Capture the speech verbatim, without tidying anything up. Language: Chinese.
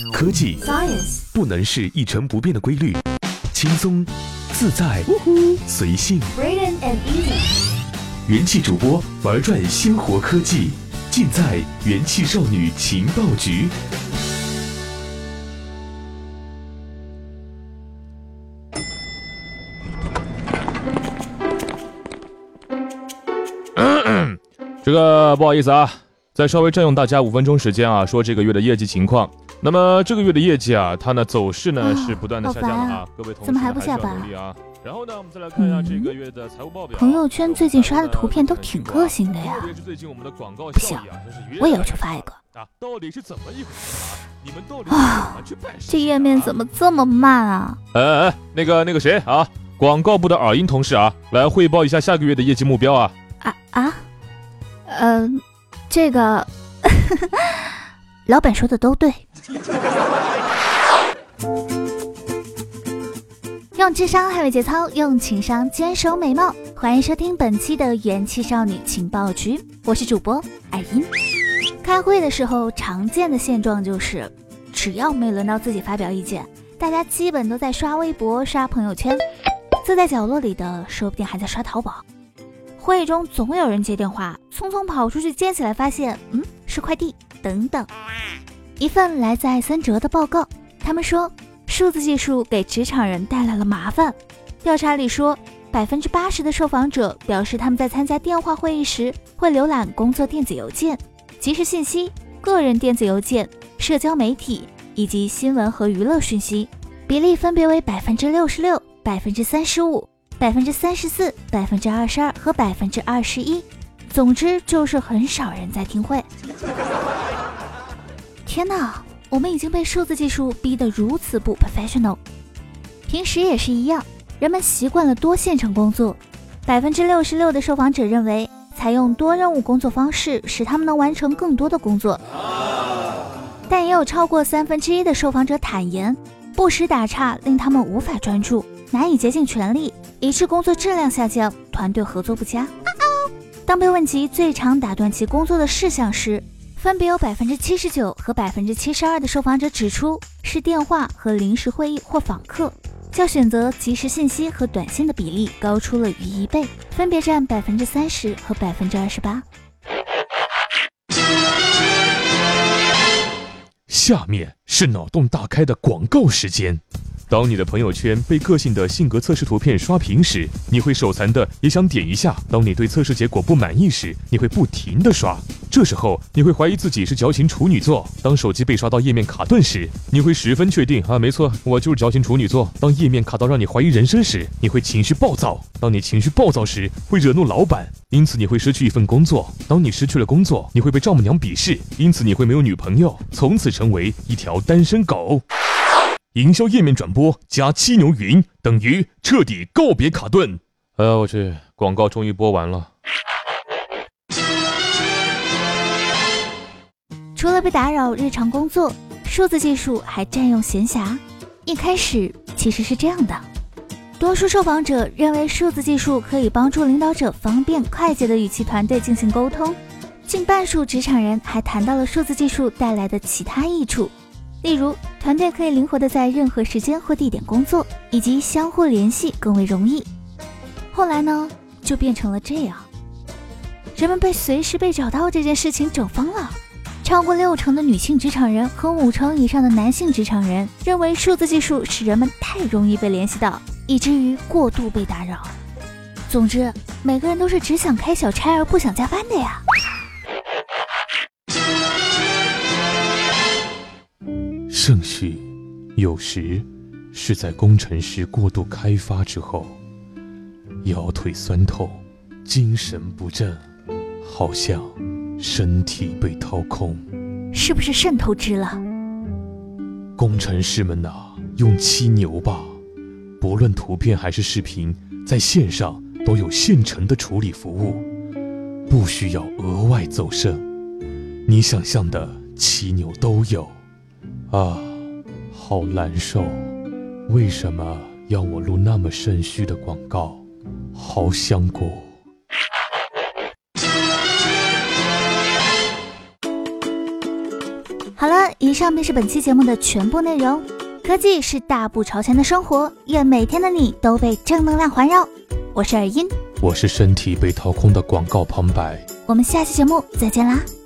科技 Science 不能是一成不变的规律，轻松、自在、随性。 Brilliant and easy 元气主播玩转鲜活科技，尽在元气少女情报局。 这个不好意思啊，再稍微占用大家五分钟时间啊，说这个月的业绩情况。那么这个月的业绩啊，它呢走势呢、哦、是不断的下降的啊， 啊各位同事怎么还不下班还是要努力啊。然后呢，我们再来看一下这个月的财务报表。 朋友圈最近刷的图片都挺个性的呀，不行，我也要去发一个。 啊，到底是怎么一回事啊？你们到底是怎么去办事、啊？ 这页面怎么这么慢啊？ 哎哎哎，那个那个谁啊，广告部的耳音同事啊，来汇报一下下个月的业绩目标啊。 啊啊，呃，这个老板说的都对。用智商捍卫节操，用情商坚守美貌。欢迎收听本期的元气少女情报局，我是主播艾音。开会的时候常见的现状就是，只要没轮到自己发表意见，大家基本都在刷微博、刷朋友圈，坐在角落里的说不定还在刷淘宝。会议中总有人接电话，匆匆跑出去接起来，发现嗯是快递等等。一份来自艾森哲的报告，他们说数字技术给职场人带来了麻烦。调查里说，百分之八十的受访者表示他们在参加电话会议时会浏览工作电子邮件、即时信息、个人电子邮件、社交媒体以及新闻和娱乐讯息，比例分别为百分之六十六、百分之三十五、百分之三十四、百分之二十二和百分之二十一。总之就是很少人在听会。天哪！我们已经被数字技术逼得如此不 professional， 平时也是一样，人们习惯了多线程工作。百分之六十六的受访者认为，采用多任务工作方式使他们能完成更多的工作，但也有超过三分之一的受访者坦言，不时打岔令他们无法专注，难以竭尽全力，以致工作质量下降，团队合作不佳。当被问及最常打断其工作的事项时，分别有百分之七十九和百分之七十二的受访者指出是电话和临时会议或访客，较选择即时信息和短信的比例高出了逾一倍，分别占百分之三十和百分之二十八。 下面是脑洞大开的广告时间。当你的朋友圈被个性的性格测试图片刷屏时，你会手残的也想点一下；当你对测试结果不满意时，你会不停的刷。这时候你会怀疑自己是矫情处女座。当手机被刷到页面卡顿时，你会十分确定啊，没错，我就是矫情处女座。当页面卡到让你怀疑人生时，你会情绪暴躁。当你情绪暴躁时，会惹怒老板，因此你会失去一份工作。当你失去了工作，你会被丈母娘鄙视，因此你会没有女朋友，从此成为一条单身狗。营销页面转播加七牛云等于彻底告别卡顿。 哎呀，我去，广告终于播完了。 除了被打扰日常工作，数字技术还占用闲暇。一开始其实是这样的，多数受访者认为数字技术可以帮助领导者方便快捷地与其团队进行沟通，近半数职场人还谈到了数字技术带来的其他益处，例如团队可以灵活地在任何时间或地点工作，以及相互联系更为容易。后来呢，就变成了这样，人们被随时被找到这件事情整疯了。超过六成的女性职场人和五成以上的男性职场人认为数字技术使人们太容易被联系到，以至于过度被打扰。总之，每个人都是只想开小差而不想加班的呀。 盛序有时是在工程师过度开发之后，腰腿酸痛，精神不振，好像身体被掏空， 是不是肾透支了？ 工程师们啊，用七牛吧，不论图片还是视频，在线上都有现成的处理服务，不需要额外走肾，你想象的七牛都有。啊，好难受，为什么要我录那么肾虚的广告？好香菇。 好好了，以上便是本期节目的全部内容。科技是大步朝前的生活，愿每天的你都被正能量环绕。我是尔音， 我是身体被掏空的广告旁白。 我们下期节目再见啦。